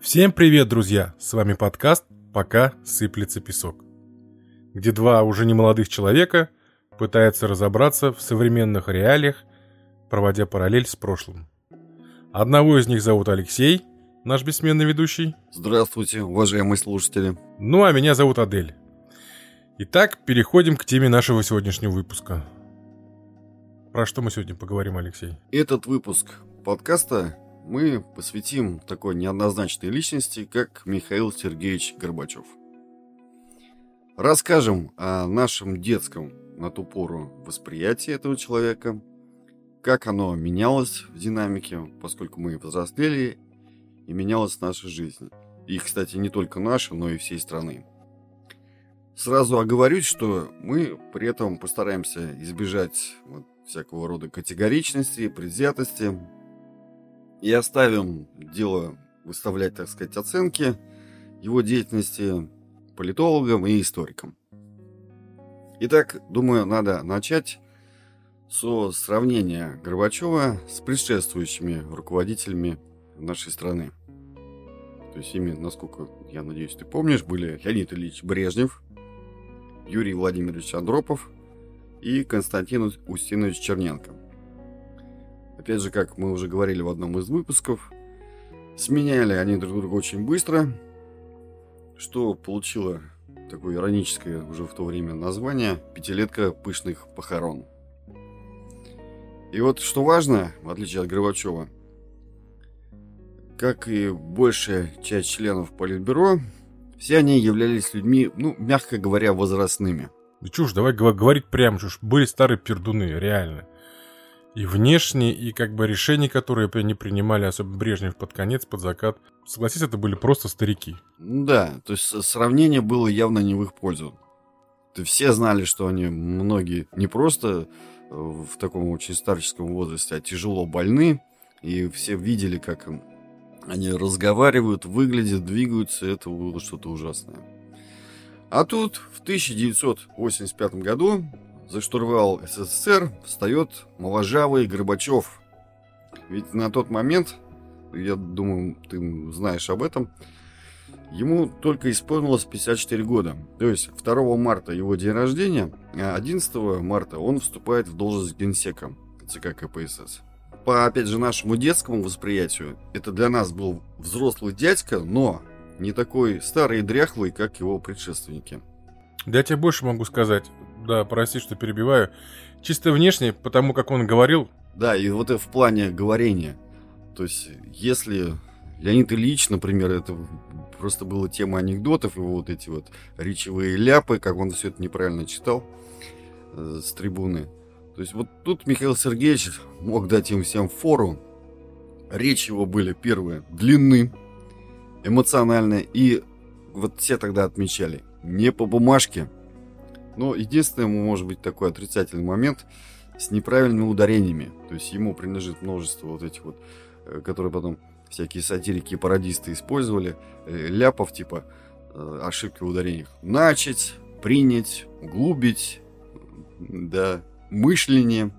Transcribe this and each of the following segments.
Всем привет, друзья! С вами подкаст «Пока сыплется песок», где два уже немолодых человека пытаются разобраться в современных реалиях, проводя параллель с прошлым. Одного из них зовут Алексей, наш бессменный ведущий. Здравствуйте, уважаемые слушатели. Ну, а меня зовут Адель. Итак, переходим к теме нашего сегодняшнего выпуска. Про что мы сегодня поговорим, Алексей? Этот выпуск подкаста мы посвятим такой неоднозначной личности, как Михаил Сергеевич Горбачев. Расскажем о нашем детском на ту пору восприятии этого человека, как оно менялось в динамике, поскольку мы взрослели, и менялась наша жизнь. И, кстати, не только наша, но и всей страны. Сразу оговорюсь, что мы при этом постараемся избежать всякого рода категоричности, предвзятости, и оставим дело выставлять, так сказать, оценки его деятельности политологам и историкам. Итак, думаю, надо начать со сравнения Горбачева с предшествующими руководителями нашей страны. То есть ими, насколько, я надеюсь, ты помнишь, были Леонид Ильич Брежнев, Юрий Владимирович Андропов и Константин Устинович Черненко. Опять же, как мы уже говорили в одном из выпусков, сменяли они друг друга очень быстро, что получило такое ироническое уже в то время название «Пятилетка пышных похорон». И вот что важно, в отличие от Горбачева, как и большая часть членов Политбюро, все они являлись людьми, мягко говоря, возрастными. Да чушь, давай говорить прямо, чушь. Были старые пердуны, реально. И внешне, и решения, которые они принимали, особенно Брежнев под конец, под закат. Согласись, это были просто старики. Да, то есть сравнение было явно не в их пользу. Все знали, что они многие не просто в таком очень старческом возрасте, а тяжело больны. И все видели, как они разговаривают, выглядят, двигаются. Это было что-то ужасное. А тут в 1985 году за штурвал СССР встает моложавый Горбачев. Ведь на тот момент, я думаю, ты знаешь об этом, ему только исполнилось 54 года. То есть 2 марта его день рождения, а 11 марта он вступает в должность генсека ЦК КПСС. По, опять же, нашему детскому восприятию, это для нас был взрослый дядька, но не такой старый и дряхлый, как его предшественники. Да я тебе больше могу сказать. Да, прости, что перебиваю. Чисто внешне, потому как он говорил. Да, и вот это в плане говорения. То есть, если Леонид Ильич, например, это просто была тема анекдотов, его вот эти вот речевые ляпы, как он все это неправильно читал с трибуны. То есть, вот тут Михаил Сергеевич мог дать им всем фору. Речи его были, первые, длинны, эмоциональные, и вот все тогда отмечали, не по бумажке. Но единственный, может быть, такой отрицательный момент с неправильными ударениями. То есть ему принадлежит множество вот этих вот, которые потом всякие сатирики и пародисты использовали, ляпов типа ошибки в ударениях. Начать, принять, углубить, да, мышление.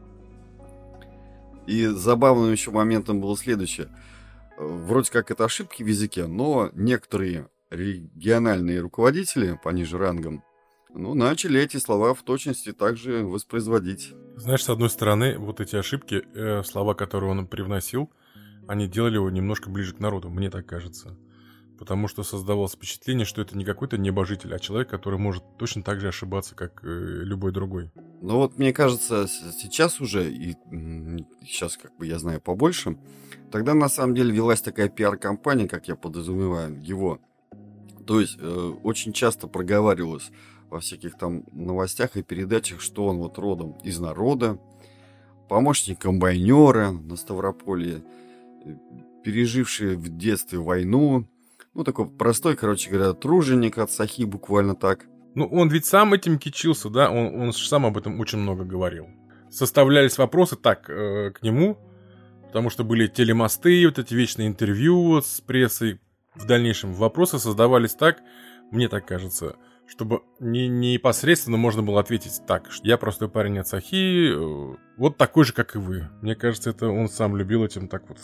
И забавным еще моментом было следующее. Вроде как это ошибки в языке, но некоторые региональные руководители пониже рангом начали эти слова в точности также воспроизводить. Знаешь, с одной стороны, вот эти ошибки, слова, которые он привносил, они делали его немножко ближе к народу, мне так кажется. Потому что создавалось впечатление, что это не какой-то небожитель, а человек, который может точно так же ошибаться, как любой другой. Но вот мне кажется, сейчас уже, и сейчас я знаю побольше, тогда на самом деле велась такая пиар-компания, как я подразумеваю, его. То есть очень часто проговаривалось во всяких там новостях и передачах, что он вот родом из народа, помощник комбайнера на Ставрополье, переживший в детстве войну, такой простой, труженик от сахи, буквально так. Он ведь сам этим кичился, да, он сам об этом очень много говорил. Составлялись вопросы так к нему, потому что были телемосты, вот эти вечные интервью с прессой. В дальнейшем вопросы создавались так, мне так кажется, чтобы не непосредственно можно было ответить так, что я простой парень от Сахи, вот такой же, как и вы. Мне кажется, это он сам любил этим так вот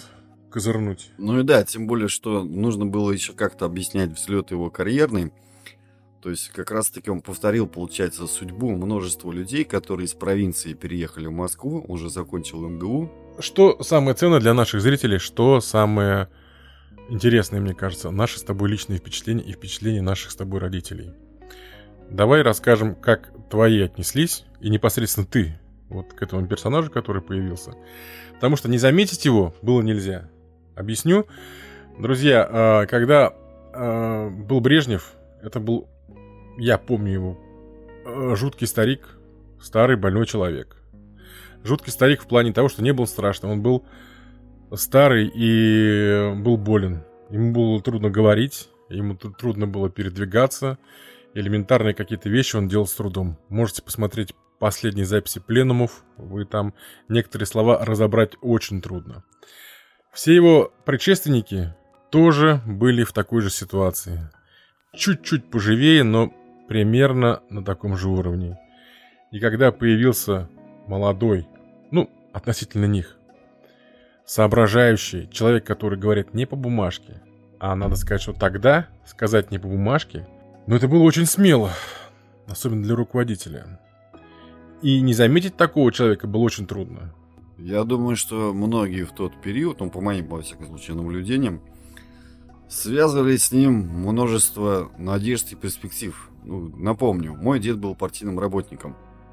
козырнуть. Ну и да, тем более, что нужно было еще как-то объяснять взлет его карьерный. То есть как раз-таки он повторил, получается, судьбу множества людей, которые из провинции переехали в Москву, уже закончил МГУ. Что самое ценное для наших зрителей, что самое интересное, мне кажется, наши с тобой личные впечатления и впечатления наших с тобой родителей. Давай расскажем, как твои отнеслись, и непосредственно ты, вот к этому персонажу, который появился. Потому что не заметить его было нельзя. Объясню. Друзья, когда был Брежнев, это был, я помню его, жуткий старик, старый больной человек. Жуткий старик в плане того, что не был страшно. Он был старый и был болен. Ему было трудно говорить, ему трудно было передвигаться. Элементарные какие-то вещи он делал с трудом. Можете посмотреть последние записи пленумов. Вы там некоторые слова разобрать очень трудно. Все его предшественники тоже были в такой же ситуации. Чуть-чуть поживее, но примерно на таком же уровне. И когда появился молодой, относительно них, соображающий человек, который говорит не по бумажке, а надо сказать, что тогда сказать не по бумажке, это было очень смело, особенно для руководителя. И не заметить такого человека было очень трудно. Я думаю, что многие в тот период, по моим, во всяком случае, наблюдениям, связывали с ним множество надежд и перспектив. Напомню, мой дед был партийным работником.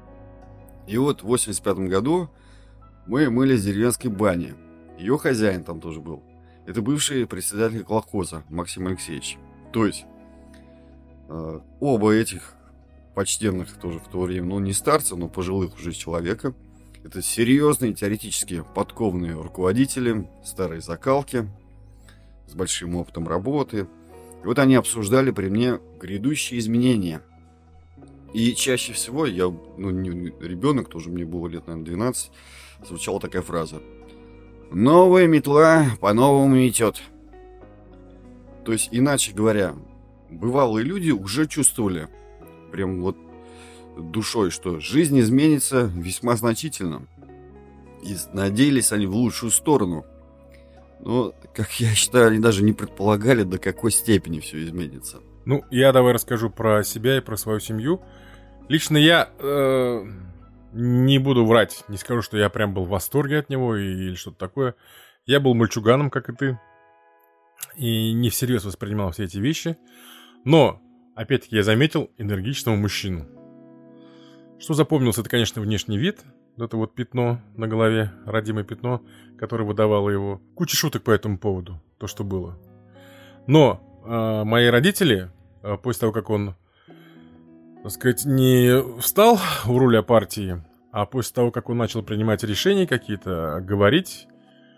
И вот в 85 году мы мылись в деревенской бане. Ее хозяин там тоже был. Это бывший председатель колхоза Максим Алексеевич. То есть оба этих почтенных тоже в то время, не старца, но пожилых уже человека, это серьезные, теоретически подкованные руководители, старые закалки, с большим опытом работы. И вот они обсуждали при мне грядущие изменения. И чаще всего я, ребенок, тоже мне было лет, наверное, 12, звучала такая фраза: «Новая метла по-новому метет». То есть, иначе говоря, бывалые люди уже чувствовали прям вот душой, что жизнь изменится весьма значительно. И надеялись они в лучшую сторону. Но, как я считаю, они даже не предполагали, до какой степени все изменится. Я давай расскажу про себя и про свою семью. Лично я не буду врать, не скажу, что я прям был в восторге от него или что-то такое. Я был мальчуганом, как и ты, и не всерьез воспринимал все эти вещи. Но, опять-таки, я заметил энергичного мужчину. Что запомнилось, это, конечно, внешний вид. Это вот пятно на голове, родимое пятно, которое выдавало его. Куча шуток по этому поводу, то, что было. Но мои родители, после того, как он, так сказать, не встал у руля партии, а после того, как он начал принимать решения какие-то, говорить,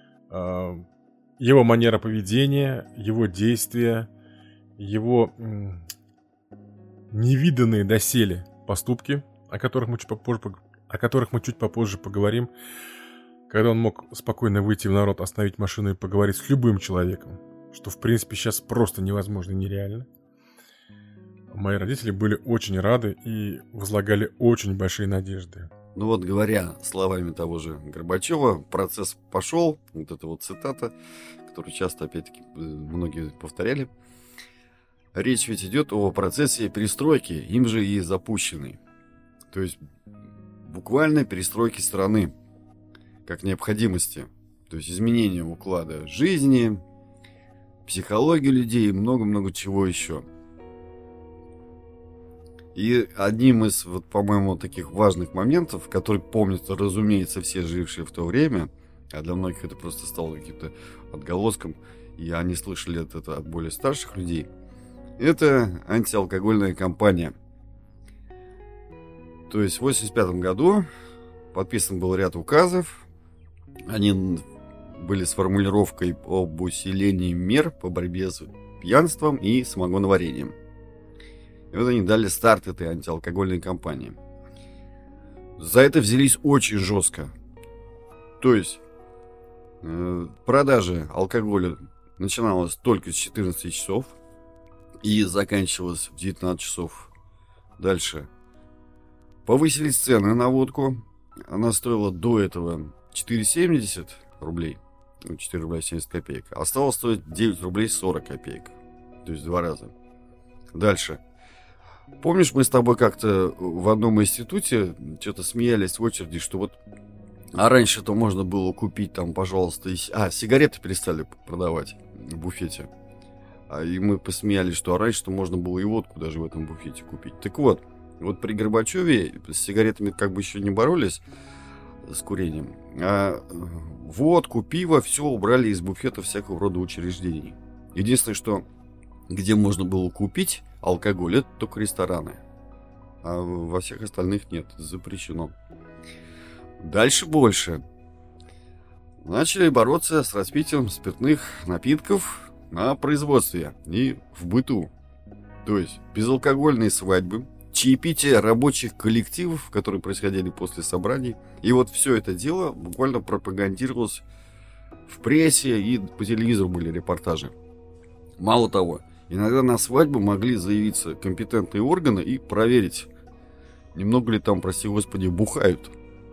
его манера поведения, его действия, его невиданные доселе поступки, о которых мы чуть попозже поговорим, когда он мог спокойно выйти в народ, остановить машину и поговорить с любым человеком, что, в принципе, сейчас просто невозможно и нереально. Мои родители были очень рады и возлагали очень большие надежды. Говоря словами того же Горбачева, процесс пошел, вот эта вот цитата, которую часто, опять-таки, многие повторяли. Речь ведь идет о процессе перестройки, им же и запущенной. То есть буквально перестройки страны, как необходимости. То есть изменение уклада жизни, психологии людей и много-много чего еще. И одним из, по-моему, таких важных моментов, который помнят, разумеется, все жившие в то время, а для многих это просто стало каким-то отголоском, и они слышали это от более старших людей, это антиалкогольная кампания. То есть в 1985 году подписан был ряд указов. Они были с формулировкой об усилении мер по борьбе с пьянством и самогоноварением. И вот они дали старт этой антиалкогольной кампании. За это взялись очень жестко. То есть продажа алкоголя начиналась только с 14 часов и заканчивалась в 19 часов. Дальше повысились цены на водку. Она стоила до этого 4,70 рублей. 4 рубля 70 копеек. А стало стоить 9 рублей 40 копеек. То есть в 2 раза. Дальше. Помнишь, мы с тобой как-то в одном институте что-то смеялись в очереди, что вот... А раньше-то можно было купить там, пожалуйста... сигареты перестали продавать в буфете. И мы посмеялись, что раньше-то можно было и водку даже в этом буфете купить. Так вот при Горбачеве с сигаретами как бы еще не боролись с курением. А водку, пиво, все убрали из буфета всякого рода учреждений. Единственное, что где можно было купить алкоголь, это только рестораны. А во всех остальных нет, запрещено. Дальше больше. Начали бороться с распитием спиртных напитков на производстве и в быту. То есть безалкогольные свадьбы, чаепитие рабочих коллективов, которые происходили после собраний. И вот все это дело буквально пропагандировалось в прессе, и по телевизору были репортажи. Мало того, иногда на свадьбу могли заявиться компетентные органы и проверить, немного ли там, прости господи, бухают.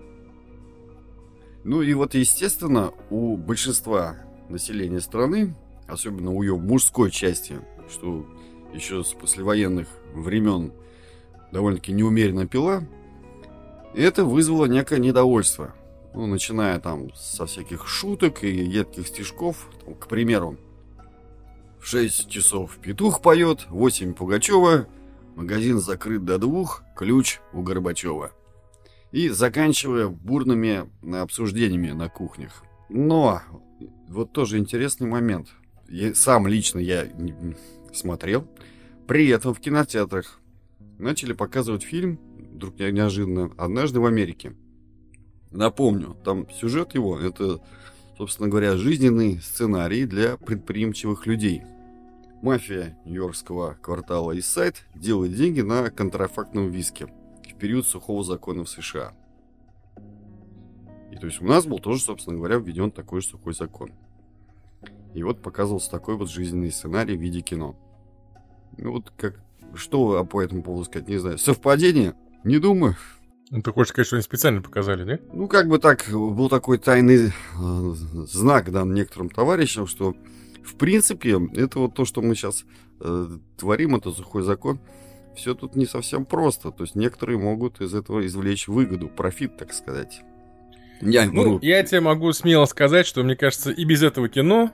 Ну и вот, естественно, у большинства населения страны, особенно у ее мужской части, что еще с послевоенных времен довольно-таки неумеренно пила, это вызвало некое недовольство. Ну, начиная там со всяких шуток и едких стишков. Там, к примеру, в 6 часов петух поет, в 8 Пугачева, магазин закрыт до 2, ключ у Горбачева. И заканчивая бурными обсуждениями на кухнях. Но вот тоже интересный момент. Сам лично я смотрел. При этом в кинотеатрах начали показывать фильм, вдруг неожиданно, «Однажды в Америке». Напомню, там сюжет его, это, собственно говоря, жизненный сценарий для предприимчивых людей. Мафия нью-йоркского квартала Ист-Сайд делает деньги на контрафактном виске в период сухого закона в США. И то есть у нас был тоже, собственно говоря, введен такой же сухой закон. И вот показывался такой вот жизненный сценарий в виде кино. Ну вот что по этому поводу сказать, не знаю. Совпадение? Не думаю. Ну, ты хочешь сказать, что они специально показали, да? Ну, как бы так, был такой тайный знак дан некоторым товарищам, что в принципе это вот то, что мы сейчас творим, это сухой закон, все тут не совсем просто. То есть некоторые могут из этого извлечь выгоду, профит, так сказать. Я тебе могу смело сказать, что, мне кажется, и без этого кино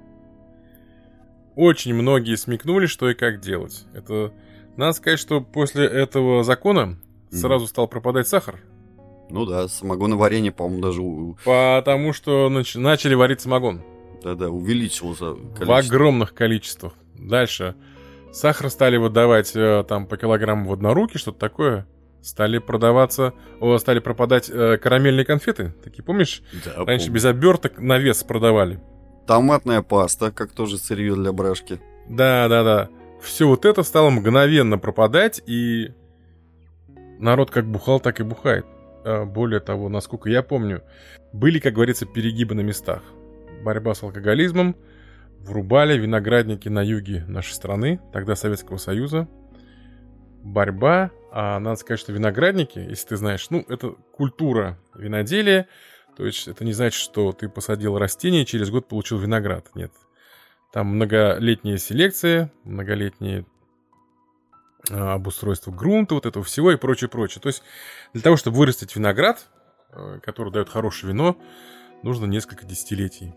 очень многие смекнули, что и как делать. Это, надо сказать, что после этого закона сразу стал пропадать сахар. Ну да, самогоноварение, по-моему, даже... Потому что начали варить самогон. Да-да, увеличился количество. В огромных количествах. Дальше сахар стали выдавать там по килограмму в одноруки, что-то такое. Стали пропадать карамельные конфеты. Такие, помнишь? Да, раньше помню. без оберток на вес продавали. Томатная паста, как тоже сырье для брашки. Да. Все вот это стало мгновенно пропадать, и народ как бухал, так и бухает. Более того, насколько я помню, были, как говорится, перегибы на местах. Борьба с алкоголизмом, врубали виноградники на юге нашей страны, тогда Советского Союза. Борьба, надо сказать, что виноградники, если ты знаешь, это культура виноделия, то есть это не значит, что ты посадил растение и через год получил виноград, нет. Там многолетняя селекция, многолетние обустройство грунта, вот этого всего и прочее. То есть для того, чтобы вырастить виноград, который дает хорошее вино, нужно несколько десятилетий.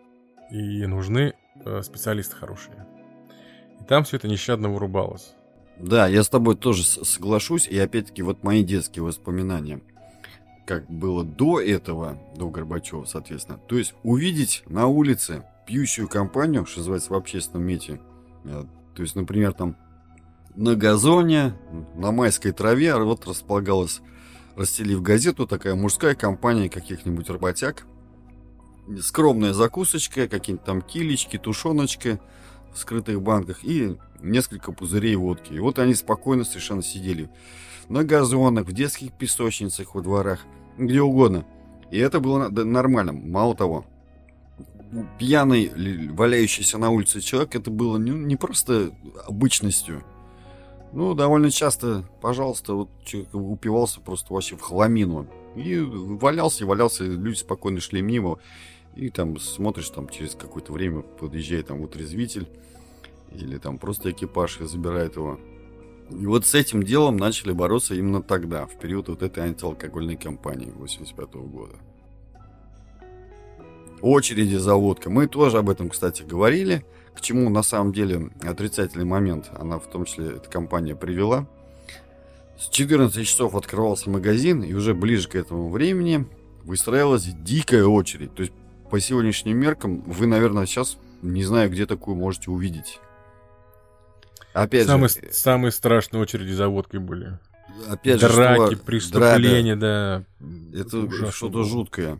И нужны специалисты хорошие. И там все это нещадно вырубалось. Да, я с тобой тоже соглашусь. И опять-таки вот мои детские воспоминания. Как было до этого, до Горбачева, соответственно. То есть увидеть на улице пьющую компанию, что называется, в общественном месте. То есть, например, там на газоне, на майской траве вот располагалась, расстелив газету, такая мужская компания каких-нибудь работяг. Скромная закусочка, какие-нибудь там килечки, тушеночка в скрытых банках и несколько пузырей водки. И вот они спокойно совершенно сидели на газонах, в детских песочницах, во дворах, где угодно. И это было нормально. Мало того, пьяный, валяющийся на улице человек, это было не просто обычностью. Довольно часто, пожалуйста, вот человек упивался просто вообще в хламину. И валялся, люди спокойно шли мимо. И там смотришь, там через какое-то время подъезжает там вытрезвитель или там просто экипаж и забирает его. И вот с этим делом начали бороться именно тогда, в период вот этой антиалкогольной кампании 1985 года. Очереди за водкой. Мы тоже об этом, кстати, говорили. К чему на самом деле отрицательный момент она в том числе, эта компания привела. С 14 часов открывался магазин, и уже ближе к этому времени выстраивалась дикая очередь. То есть по сегодняшним меркам вы, наверное, сейчас, не знаю, где такую можете увидеть. Опять же, самые страшные очереди за водкой были. Опять драки, же, преступления, да. Это что-то жуткое.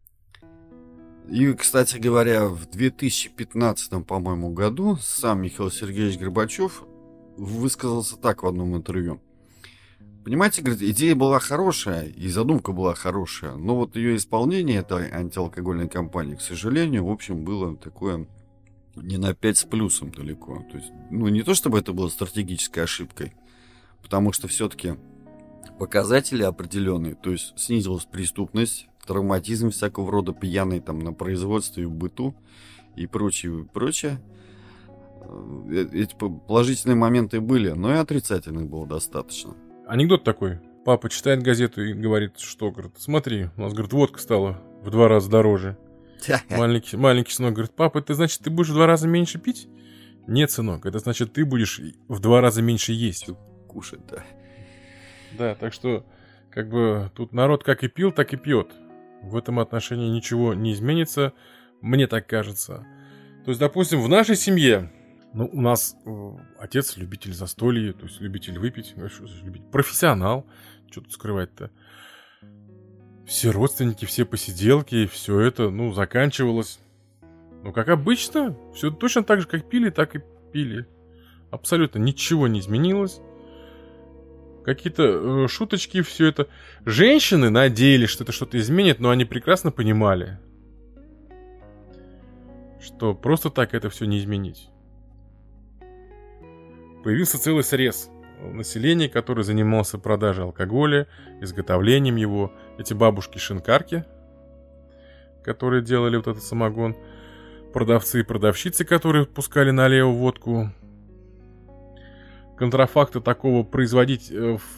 И, кстати говоря, в 2015, по-моему, году сам Михаил Сергеевич Горбачев высказался так в одном интервью. Понимаете, говорит, идея была хорошая, и задумка была хорошая, но вот ее исполнение этой антиалкогольной кампании, к сожалению, в общем, было такое не на 5 с плюсом далеко. То есть, не то чтобы это было стратегической ошибкой, потому что все-таки показатели определенные, то есть снизилась преступность, травматизм всякого рода, пьяный там на производстве, в быту и прочее, прочее. Эти положительные моменты были, но и отрицательных было достаточно. Анекдот такой. Папа читает газету и говорит, что, говорит, смотри, у нас, говорит, водка стала в 2 раза дороже. Маленький сынок говорит, папа, это значит, ты будешь в 2 раза меньше пить? Нет, сынок, это значит, ты будешь в 2 раза меньше есть. Кушать, да. Да, так что, как бы, тут народ как и пил, так и пьет. В этом отношении ничего не изменится, мне так кажется. То есть, допустим, в нашей семье, у нас отец любитель застолья, то есть любитель выпить, профессионал, что тут скрывать-то. Все родственники, все посиделки, все это, заканчивалось. Как обычно, все точно так же, как пили, так и пили. Абсолютно ничего не изменилось. Какие-то шуточки, все это. Женщины надеялись, что это что-то изменит, но они прекрасно понимали, что просто так это все не изменить. Появился целый срез населения, который занимался продажей алкоголя, изготовлением его. Эти бабушки-шинкарки, которые делали вот этот самогон. Продавцы и продавщицы, которые пускали налево водку. Контрафакта такого производить,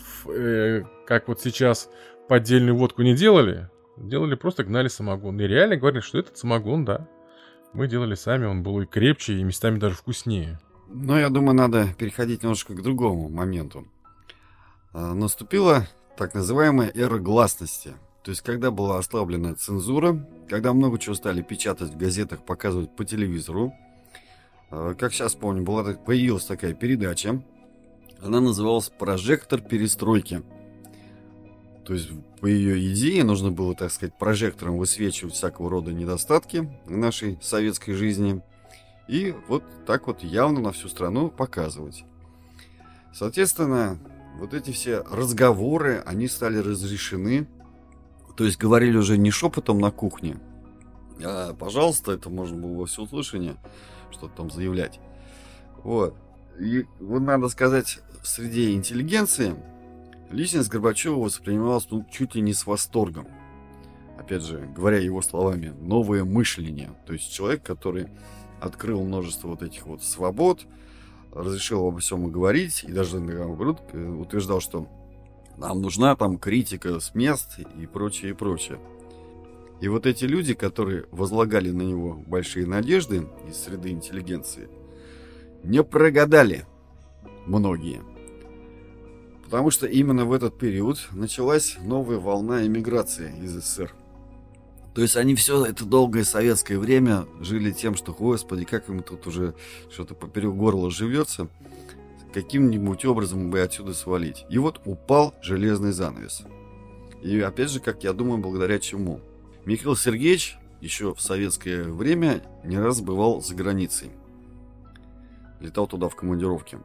как вот сейчас, поддельную водку не делали. Делали, просто гнали самогон. И реально говорили, что этот самогон, да, мы делали сами, он был и крепче, и местами даже вкуснее. Но я думаю, надо переходить немножко к другому моменту. Наступила так называемая эра гласности. То есть, когда была ослаблена цензура, когда много чего стали печатать в газетах, показывать по телевизору. Как сейчас помню, появилась такая передача. Она называлась «Прожектор перестройки». То есть, по ее идее, нужно было, так сказать, прожектором высвечивать всякого рода недостатки в нашей советской жизни. И вот так вот явно на всю страну показывать. Соответственно, вот эти все разговоры, они стали разрешены. То есть говорили уже не шепотом на кухне, а, пожалуйста, это можно было во всеуслышание что-то там заявлять. Вот. И вот надо сказать, среди интеллигенции личность Горбачева воспринималась чуть ли не с восторгом. Опять же, говоря его словами, новое мышление. То есть человек, который открыл множество вот этих вот свобод, разрешил обо всем и говорить, и даже наоборот утверждал, что нам нужна там критика с мест и прочее, и прочее. И вот эти люди, которые возлагали на него большие надежды из среды интеллигенции, не прогадали многие. Потому что именно в этот период началась новая волна эмиграции из СССР. То есть они все это долгое советское время жили тем, что, господи, как им тут уже что-то поперек горла живется, каким-нибудь образом бы отсюда свалить. И вот упал железный занавес. И опять же, как я думаю, благодаря чему? Михаил Сергеевич еще в советское время не раз бывал за границей. Летал туда в командировке.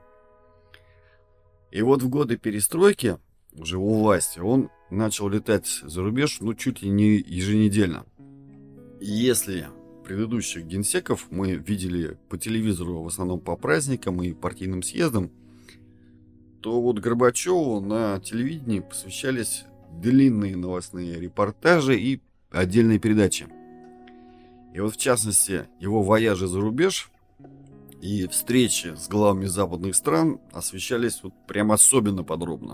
И вот в годы перестройки, уже у власти, он начал летать за рубеж, чуть ли не еженедельно. И если предыдущих генсеков мы видели по телевизору в основном по праздникам и партийным съездам, то вот Горбачеву на телевидении посвящались длинные новостные репортажи и отдельные передачи. И вот в частности, его вояжи за рубеж и встречи с главами западных стран освещались вот прям особенно подробно.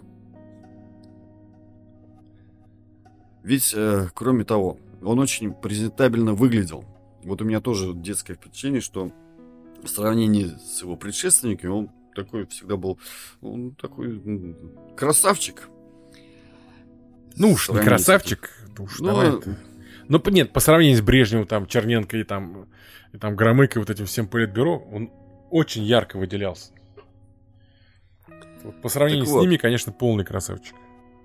Ведь, кроме того, он очень презентабельно выглядел. Вот у меня тоже детское впечатление, что в сравнении с его предшественниками он такой всегда был, он такой красавчик. Ну уж не красавчик, уж давай. Ну нет, по сравнению с Брежневым, там, Черненко и там Громыко, вот этим всем политбюро, он очень ярко выделялся. Вот по сравнению с ними, конечно, полный красавчик.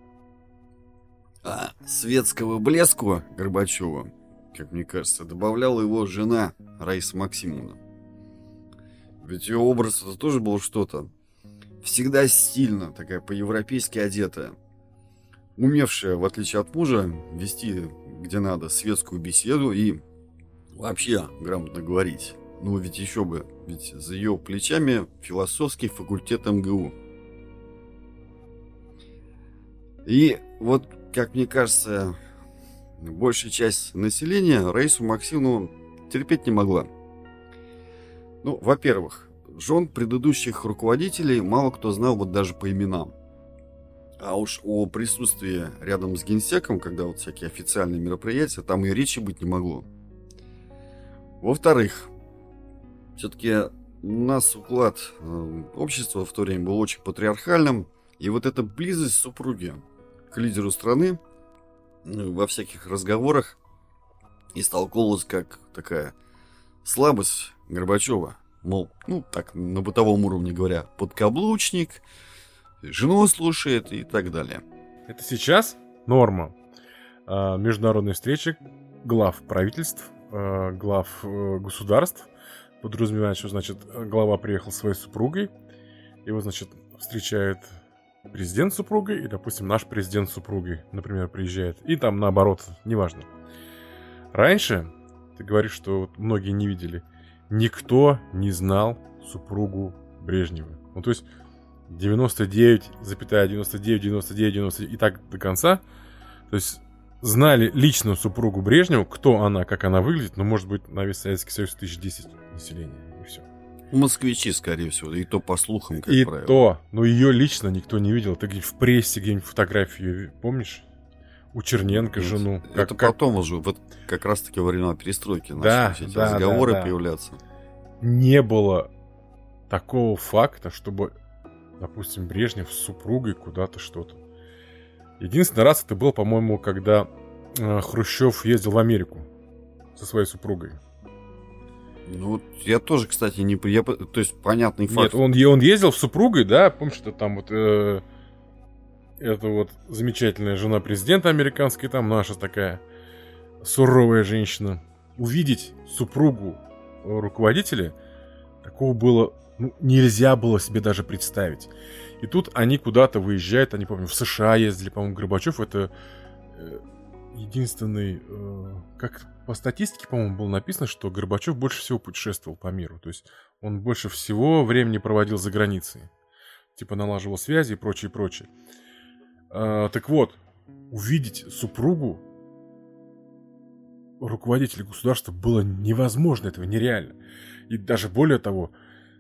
А светского блеску Горбачева, как мне кажется, добавляла его жена Раиса Максимовна. Ведь ее образ это тоже был что-то. Всегда стильно, такая по-европейски одетая. Умевшая, в отличие от мужа, вести где надо светскую беседу и вообще грамотно говорить. Ну ведь еще бы, ведь за ее плечами философский факультет МГУ. И вот, как мне кажется, большая часть населения Раису Максимовну терпеть не могла. Ну, во-первых, жен предыдущих руководителей мало кто знал вот даже по именам. А уж о присутствии рядом с генсеком, когда вот всякие официальные мероприятия, там и речи быть не могло. Во-вторых, все-таки у нас уклад общества в то время был очень патриархальным, и вот эта близость супруги к лидеру страны во всяких разговорах истолковывалась как такая слабость Горбачева. Мол, ну так на бытовом уровне говоря, подкаблучник, жену слушает и так далее. Это сейчас норма. Международные встречи глав правительств, глав государств подразумевает, что, значит, глава приехал со своей супругой, его, значит, встречает президент с супругой и, допустим, наш президент с супругой, например, приезжает. И там наоборот, неважно. Раньше, ты говоришь, что вот многие не видели, никто не знал супругу Брежнева. Ну, то есть 99,99,99,99 и так до конца. То есть знали лично супругу Брежневу, кто она, как она выглядит, но, может быть, на весь Советский Союз 1010 населения, и все. Москвичи, скорее всего, и то по слухам, как и правило. И то, но ее лично никто не видел. Ты где-нибудь в прессе, где-нибудь фотографию помнишь? У Черненко жену. Это потом уже, вот как раз-таки во времена перестройки начали все эти разговоры появляться. Не было такого факта, чтобы, допустим, Брежнев с супругой куда-то что-то. Единственный раз это был, по-моему, когда Хрущев ездил в Америку со своей супругой. Ну, я тоже, кстати, не... то есть, понятный факт. Нет, он ездил с супругой, да, помнишь, что там вот... это вот замечательная жена президента американской, там наша такая суровая женщина. Увидеть супругу руководителя, такого было... Ну, нельзя было себе даже представить. И тут они куда-то выезжают, они, помню, в США ездили, по-моему, Горбачев, это единственный... как по статистике, по-моему, было написано, что Горбачев больше всего путешествовал по миру. То есть он больше всего времени проводил за границей. Типа налаживал связи и прочее, прочее. Так вот, увидеть супругу руководителя государства было невозможно, этого нереально. И даже более того,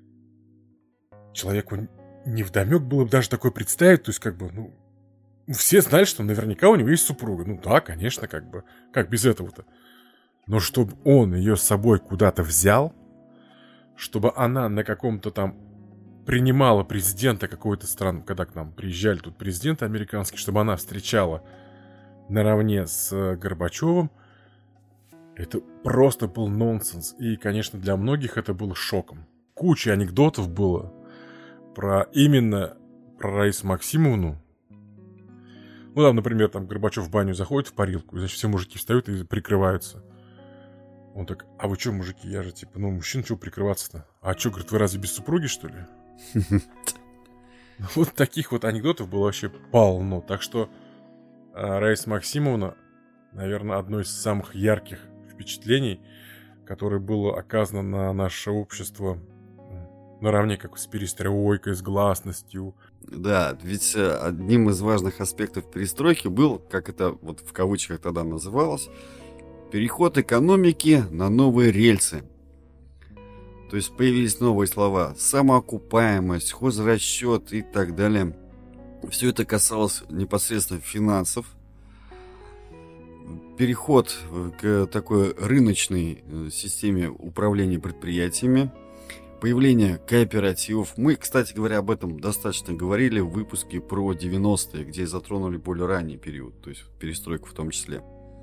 человеку невдомек было бы даже такое представить, то есть как бы, ну, все знали, что наверняка у него есть супруга. Ну да, конечно, как бы, как без этого-то. Но чтобы он ее с собой куда-то взял, чтобы она на каком-то там принимала президента какой-то страны, когда к нам приезжали тут президенты американские, чтобы она встречала наравне с Горбачевым, это просто был нонсенс. И, конечно, для многих это было шоком. Куча анекдотов было именно про Раису Максимовну. Ну, там, например, там Горбачев в баню заходит в парилку, и, значит, все мужики встают и прикрываются. Он так, а вы что, мужики, я же, типа, ну, мужчин, чего прикрываться-то? А что, говорит, вы разве без супруги, что ли? Вот таких вот анекдотов было вообще полно. Так что Раиса Максимовна, наверное, одно из самых ярких впечатлений, которое было оказано на наше общество наравне как с перестройкой, с гласностью. Да, ведь одним из важных аспектов перестройки был, как это вот в кавычках тогда называлось, Переход экономики на новые рельсы. То есть появились новые слова: самоокупаемость, хозрасчет и так далее. Все это касалось непосредственно финансов. Переход к такой рыночной системе управления предприятиями. Появление кооперативов. Мы, кстати говоря, об этом достаточно говорили в выпуске про 90-е, где затронули более ранний период, то есть перестройку в том числе.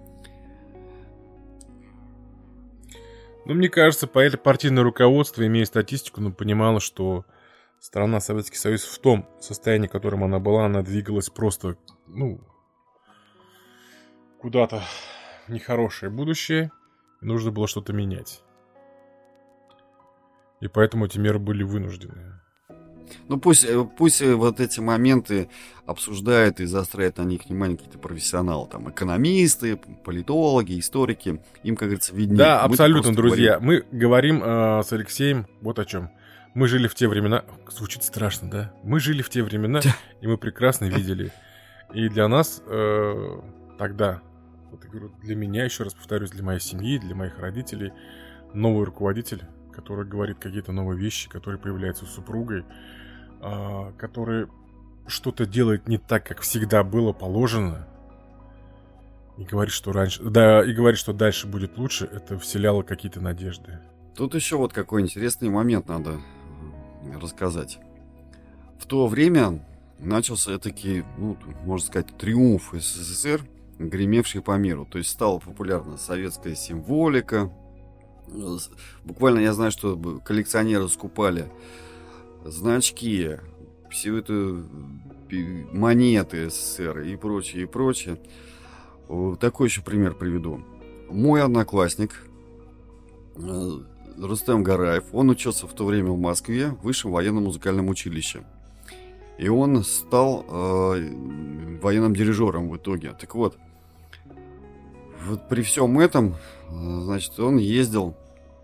Ну, мне кажется, партийное руководство, имея статистику, понимало, что страна Советский Союз в том состоянии, в котором она была, она двигалась просто, куда-то в нехорошее будущее, и нужно было что-то менять. И поэтому эти меры были вынуждены. Ну, пусть вот эти моменты обсуждают и заостряют на них внимание какие-то профессионалы, там, экономисты, политологи, историки, им, как говорится, виднее. Да, абсолютно, друзья. Мы говорим с Алексеем вот о чем. Мы жили в те времена... Звучит страшно, да? Мы жили в те времена, и мы прекрасно видели. И для нас тогда, вот я говорю, для меня, еще раз повторюсь, для моей семьи, для моих родителей, новый руководитель, который говорит какие-то новые вещи, которые появляются с супругой, который что-то делает не так, как всегда было положено, и говорит, что что дальше будет лучше, это вселяло какие-то надежды. Тут еще вот какой интересный момент надо рассказать. В то время начался таки, можно сказать, триумф СССР, гремевший по миру. То есть стала популярна советская символика. Буквально я знаю, что коллекционеры скупали значки, всю эту монеты СССР и прочее, и прочее. Такой еще пример приведу. Мой одноклассник Рустем Гараев, он учился в то время в Москве в Высшем военно-музыкальном училище. И он стал военным дирижером в итоге. Так вот при всем этом, значит, он ездил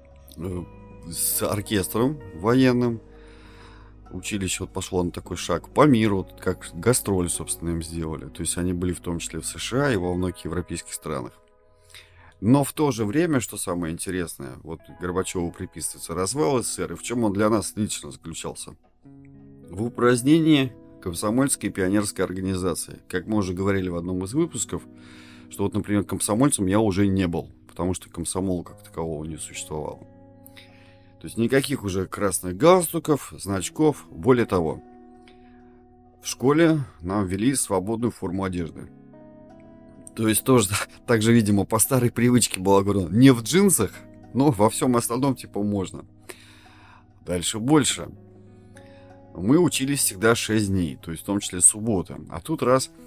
с оркестром военным. Училище пошло на такой шаг по миру, как гастроли, собственно, им сделали. То есть они были в том числе в США и во многих европейских странах. Но в то же время, что самое интересное, Горбачеву приписывается развал СССР, и в чем он для нас лично заключался? В упразднении комсомольской и пионерской организации. Как мы уже говорили в одном из выпусков, что например, комсомольцем я уже не был, потому что комсомола как такового не существовало. То есть никаких уже красных галстуков, значков. Более того, в школе нам ввели свободную форму одежды. То есть тоже так же, видимо, по старой привычке было, говорю, не в джинсах, но во всем остальном можно. Дальше больше. Мы учились всегда 6 дней, то есть в том числе суббота. А тут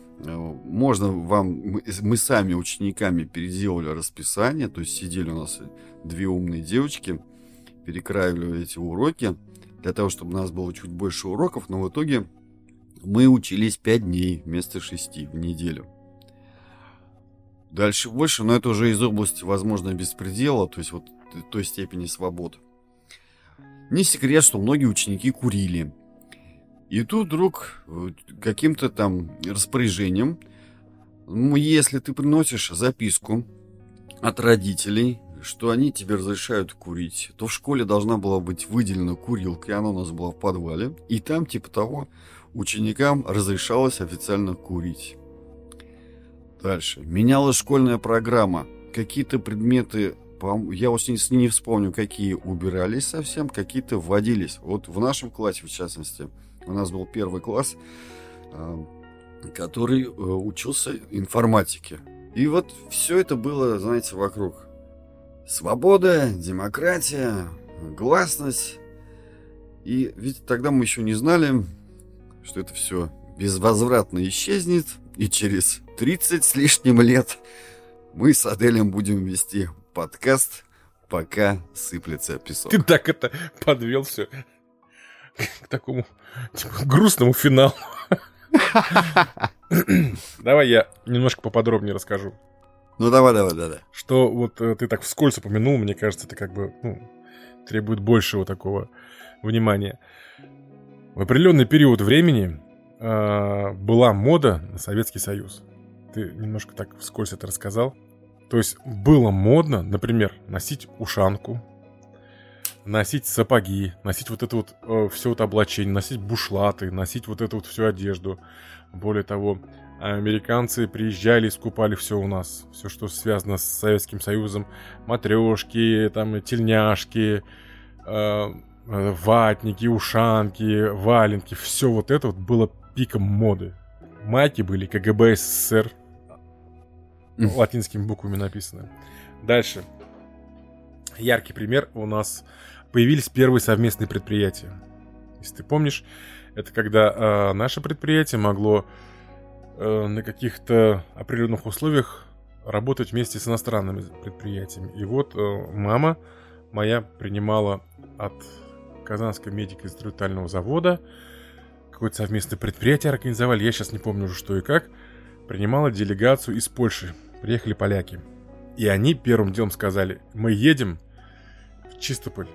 мы сами учениками переделали расписание, то есть сидели у нас 2 умные девочки, перекраивали эти уроки для того, чтобы у нас было чуть больше уроков, но в итоге мы учились 5 дней вместо 6 в неделю. Дальше больше, но это уже из области, возможно, беспредела, то есть той степени свободы. Не секрет, что многие ученики курили. И тут вдруг каким-то там распоряжением, если ты приносишь записку от родителей, что они тебе разрешают курить, то в школе должна была быть выделена курилка, и она у нас была в подвале. И там, типа того, ученикам разрешалось официально курить. Дальше. Менялась школьная программа. Какие-то предметы, я уж не вспомню, какие убирались совсем, какие-то вводились. Вот в нашем классе, в частности, у нас был 1 класс, который учился информатике. И все это было, знаете, вокруг. Свобода, демократия, гласность. И ведь тогда мы еще не знали, что это все безвозвратно исчезнет. И через 30 с лишним лет мы с Аделем будем вести подкаст «Пока сыплется песок». Ты так это подвел все к такому грустному финалу. Давай я немножко поподробнее расскажу. Ну, давай. Что ты так вскользь упомянул, мне кажется, это требует большего такого внимания. В определенный период времени была мода на Советский Союз. Ты немножко так вскользь это рассказал. То есть было модно, например, носить ушанку, носить сапоги, носить вот это вот все вот облачение, носить бушлаты, носить вот эту вот всю одежду. Более того, американцы приезжали и скупали все у нас. Все, что связано с Советским Союзом. Матрешки, там, тельняшки, ватники, ушанки, валенки. Все вот это вот было пиком моды. Майки были КГБ СССР. Латинскими буквами написано. Дальше. Яркий пример. У нас появились первые совместные предприятия. Если ты помнишь, это когда наше предприятие могло на каких-то определенных условиях работать вместе с иностранными предприятиями. И вот мама моя принимала от Казанского медико-инструментального завода какое-то совместное предприятие организовали. Я сейчас не помню уже что и как. Принимала делегацию из Польши. Приехали поляки. И они первым делом сказали: мы едем в Чистополь.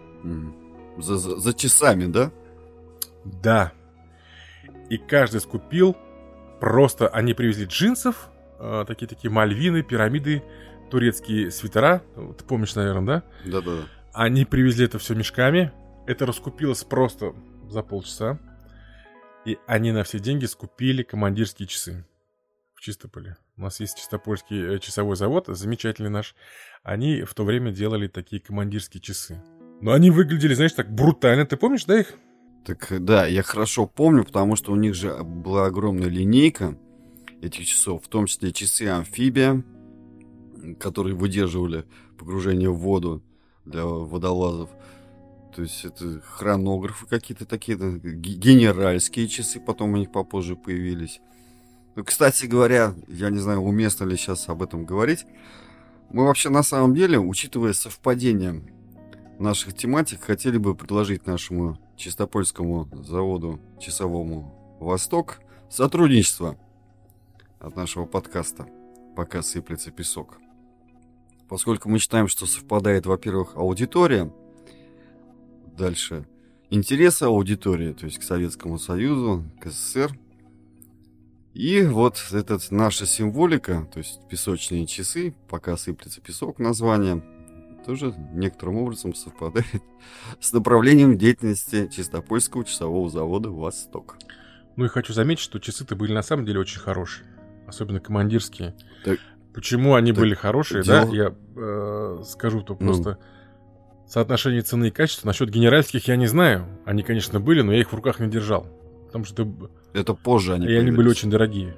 За часами, да? Да. И каждый скупил. Просто они привезли джинсов, такие мальвины, пирамиды, турецкие свитера. Ты помнишь, наверное, да? Да-да. Они привезли это все мешками. Это раскупилось просто за полчаса. И они на все деньги скупили командирские часы в Чистополе. У нас есть Чистопольский часовой завод, замечательный наш. Они в то время делали такие командирские часы. Но они выглядели, знаешь, так брутально. Ты помнишь, да, их? Так да, я хорошо помню, потому что у них же была огромная линейка этих часов, в том числе часы амфибия, которые выдерживали погружение в воду для водолазов. То есть это хронографы какие-то такие, генеральские часы, потом у них попозже появились. Ну, кстати говоря, я не знаю, уместно ли сейчас об этом говорить. Мы вообще на самом деле, учитывая совпадение наших тематик, хотели бы предложить нашему Чистопольскому заводу часовому «Восток» сотрудничество от нашего подкаста «Пока сыплется песок». Поскольку мы считаем, что совпадает, во-первых, аудитория, дальше интересы аудитории, то есть к Советскому Союзу, к СССР, и вот эта наша символика, то есть песочные часы, «Пока сыплется песок» название, тоже некоторым образом совпадает с направлением деятельности Чистопольского часового завода «Восток». Ну и хочу заметить, что часы-то были на самом деле очень хорошие. Особенно командирские. Так, почему они были хорошие, дело... да? Я скажу, то просто соотношение цены и качества. Насчет генеральских я не знаю. Они, конечно, были, но я их в руках не держал. Потому что... Это позже они они были очень дорогие.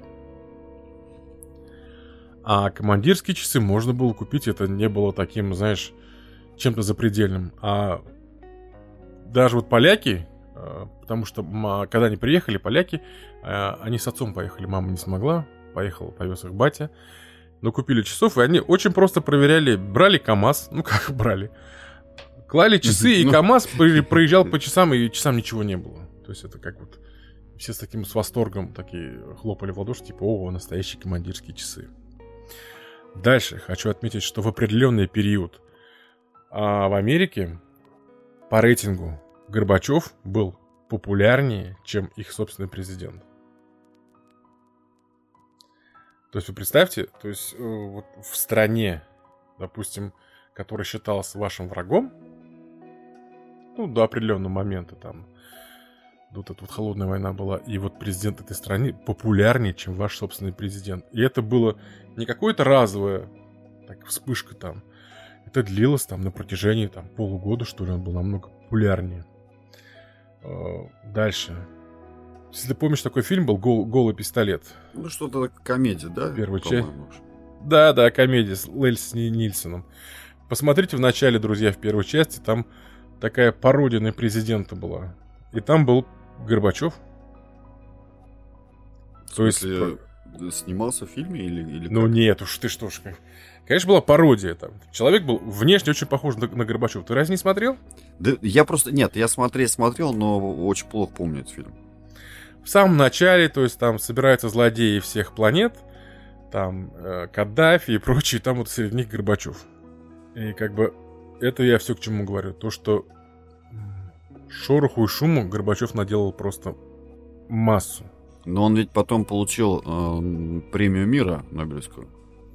А командирские часы можно было купить, это не было таким, знаешь, чем-то запредельным. А даже вот поляки, потому что когда они приехали, поляки, они с отцом поехали, мама не смогла, повез их батя, но купили часов, и они очень просто проверяли, брали КамАЗ, ну как брали, клали часы, и КамАЗ проезжал по часам, и часам ничего не было. То есть это как вот все с таким с восторгом такие хлопали в ладоши, типа, о, настоящие командирские часы. Дальше хочу отметить, что в определенный период в Америке по рейтингу Горбачев был популярнее, чем их собственный президент. То есть вы представьте, то есть вот в стране, допустим, которая считалась вашим врагом, ну, до определенного момента там, вот эта вот холодная война была, и вот президент этой страны популярнее, чем ваш собственный президент. И это было не какое-то разовое, так, вспышка там. Это длилось там на протяжении там полугода, что ли, он был намного популярнее. Дальше. Если ты помнишь, такой фильм был «Голый пистолет». Ну, что-то комедия, да? Первая часть. Да, комедия с Лесли Нильсоном. Посмотрите в начале, друзья, в первой части, там такая пародия на президента была. И там был Горбачев. То есть снимался в фильме или ну как? Нет уж, ты что ж. Конечно, была пародия там. Человек был внешне очень похож на Горбачева. Ты разве не смотрел? Да я просто... Нет, я смотрел, но очень плохо помню этот фильм. В самом начале, то есть там собираются злодеи всех планет, там Каддафи и прочие, там вот среди них Горбачев. И как бы это я все к чему говорю. То, что шороху и шуму Горбачев наделал просто массу. Но он ведь потом получил премию мира Нобелевскую.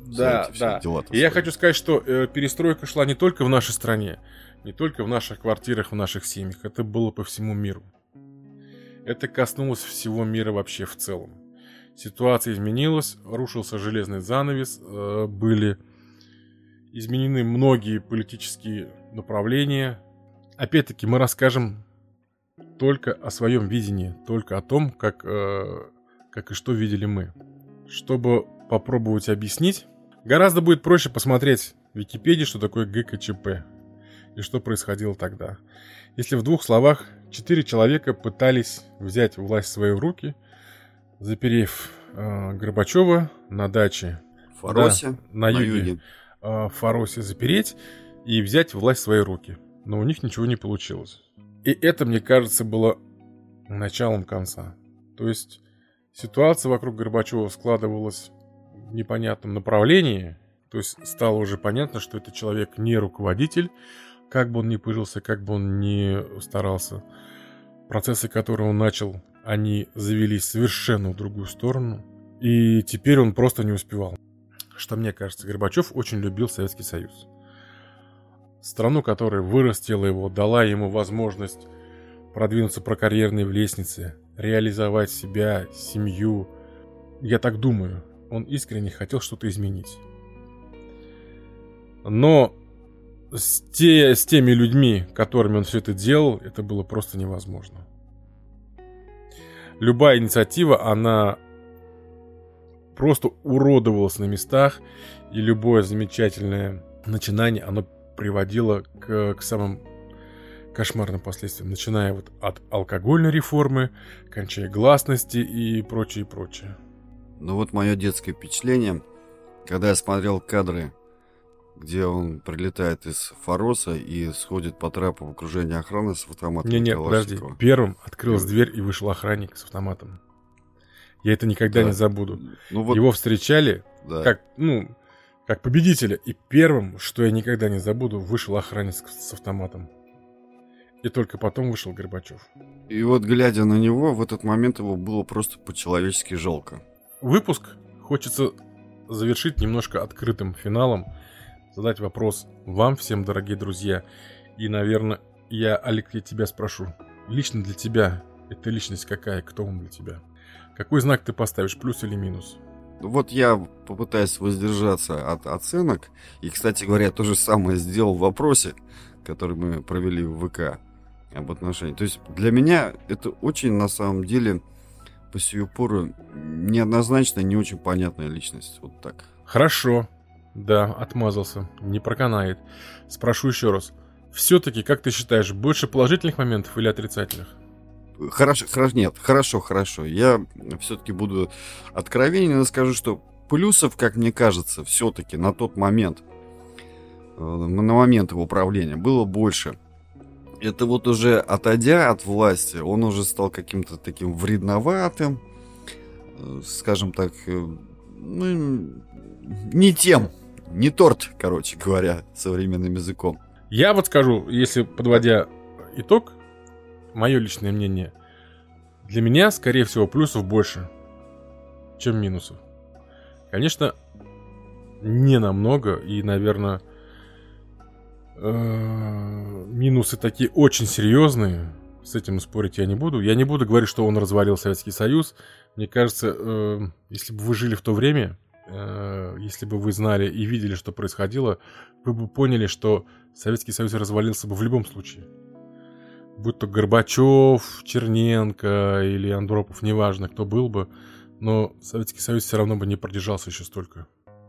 Да, да. И я хочу сказать, что перестройка шла не только в нашей стране, не только в наших квартирах, в наших семьях. Это было по всему миру. Это коснулось всего мира вообще в целом. Ситуация изменилась, рушился железный занавес, были изменены многие политические направления. Опять-таки мы расскажем только о своем видении, только о том, как и что видели мы. Чтобы попробовать объяснить, гораздо будет проще посмотреть в Википедии, что такое ГКЧП и что происходило тогда. Если в 2 словах, 4 человека пытались взять власть в свои руки, заперев Горбачева на даче Фаросе, на юге. В Фаросе запереть и взять власть в свои руки. Но у них ничего не получилось. И это, мне кажется, было началом конца. То есть ситуация вокруг Горбачева складывалась в непонятном направлении. То есть стало уже понятно, что это человек не руководитель, как бы он ни пыжился, как бы он ни старался. Процессы, которые он начал, они завелись совершенно в другую сторону. И теперь он просто не успевал. Что мне кажется, Горбачев очень любил Советский Союз. Страну, которая вырастила его, дала ему возможность продвинуться по карьерной лестнице, реализовать себя, семью. Я так думаю, он искренне хотел что-то изменить. Но с теми людьми, которыми он все это делал, это было просто невозможно. Любая инициатива, она просто уродовалась на местах, и любое замечательное начинание, оно приводило к самым кошмарным последствиям, начиная вот от алкогольной реформы, кончая гласности и прочее, прочее. Ну вот мое детское впечатление, когда я смотрел кадры, где он прилетает из Фароса и сходит по трапу в окружении охраны с автоматом. Не, подожди. Первым открылась дверь и вышел охранник с автоматом. Я это никогда не забуду. Ну, вот, его встречали как победителя. И первым, что я никогда не забуду, вышел охранник с автоматом. И только потом вышел Горбачев. И вот, глядя на него, в этот момент его было просто по-человечески жалко. Выпуск хочется завершить немножко открытым финалом. Задать вопрос вам всем, дорогие друзья. И, наверное, я, Алик, я тебя спрошу. Лично для тебя эта личность какая? Кто он для тебя? Какой знак ты поставишь, плюс или минус? Вот я попытаюсь воздержаться от оценок. И, кстати говоря, то же самое сделал в вопросе, который мы провели в ВК об отношениях. То есть для меня это очень, на самом деле, по сию пору неоднозначная, не очень понятная личность. Вот так. Хорошо. Да, отмазался. Не проканает. Спрошу еще раз. Все-таки, как ты считаешь, больше положительных моментов или отрицательных? Хорошо. Я все-таки буду откровенен и скажу, что плюсов, как мне кажется, все-таки на тот момент, на момент его правления, было больше. Это вот уже отойдя от власти, он уже стал каким-то таким вредноватым, скажем так, не тем, не торт, короче говоря, современным языком. Я вот скажу, если подводя итог, мое личное мнение, для меня, скорее всего, плюсов больше, чем минусов. Конечно, не намного, и, наверное, минусы такие очень серьезные. С этим спорить я не буду. Я не буду говорить, что он развалил Советский Союз. Мне кажется, если бы вы жили в то время, если бы вы знали и видели, что происходило, вы бы поняли, что Советский Союз развалился бы в любом случае. Будь то Горбачев, Черненко или Андропов, неважно, кто был бы, но Советский Союз все равно бы не продержался еще столько.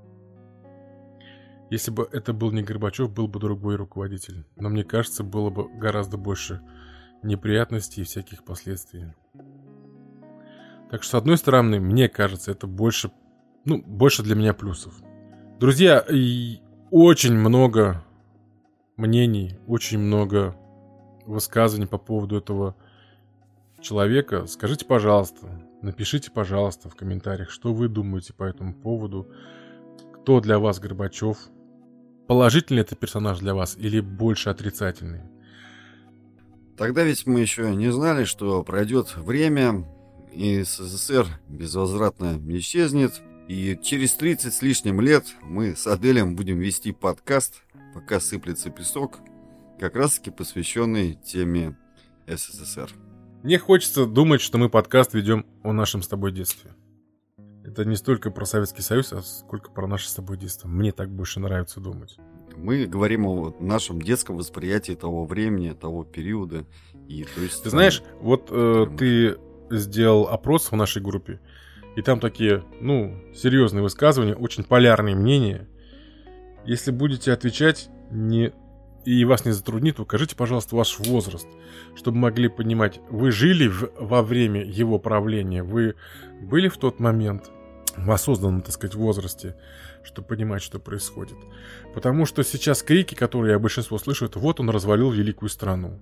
Если бы это был не Горбачев, был бы другой руководитель. Но мне кажется, было бы гораздо больше неприятностей и всяких последствий. Так что, с одной стороны, мне кажется, это больше для меня плюсов. Друзья, очень много мнений, очень много высказываний по поводу этого человека. Скажите, пожалуйста, напишите, пожалуйста, в комментариях, что вы думаете по этому поводу. Кто для вас Горбачев? Положительный это персонаж для вас или больше отрицательный? Тогда ведь мы еще не знали, что пройдет время, и СССР безвозвратно исчезнет, И через 30 с лишним лет мы с Аделем будем вести подкаст «Пока сыплется песок», как раз-таки посвященный теме СССР. Мне хочется думать, что мы подкаст ведем о нашем с тобой детстве. Это не столько про Советский Союз, а сколько про наше с тобой детство. Мне так больше нравится думать. Мы говорим о нашем детском восприятии того времени, того периода. И, то есть, ты знаешь, вот ты сделал опрос в нашей группе, и там такие, серьезные высказывания, очень полярные мнения. Если будете отвечать и вас не затруднит, укажите, пожалуйста, ваш возраст, чтобы могли понимать, вы жили во время его правления, вы были в тот момент в осознанном, так сказать, возрасте, чтобы понимать, что происходит. Потому что сейчас крики, которые я большинство слышу, это вот он развалил великую страну.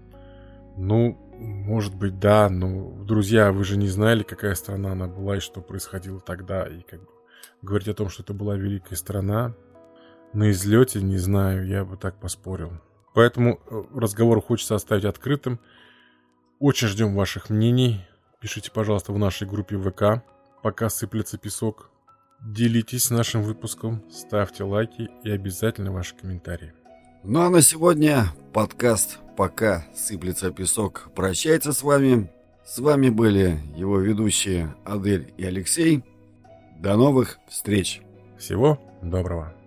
Может быть, да, но, друзья, вы же не знали, какая страна она была и что происходило тогда. И говорить о том, что это была великая страна, на излете, не знаю, я бы так поспорил. Поэтому разговор хочется оставить открытым. Очень ждем ваших мнений. Пишите, пожалуйста, в нашей группе ВК «Пока сыплется песок». Делитесь нашим выпуском, ставьте лайки и обязательно ваши комментарии. Ну а на сегодня подкаст «Пока сыплется песок» прощается с вами. С вами были его ведущие Адель и Алексей. До новых встреч. Всего доброго.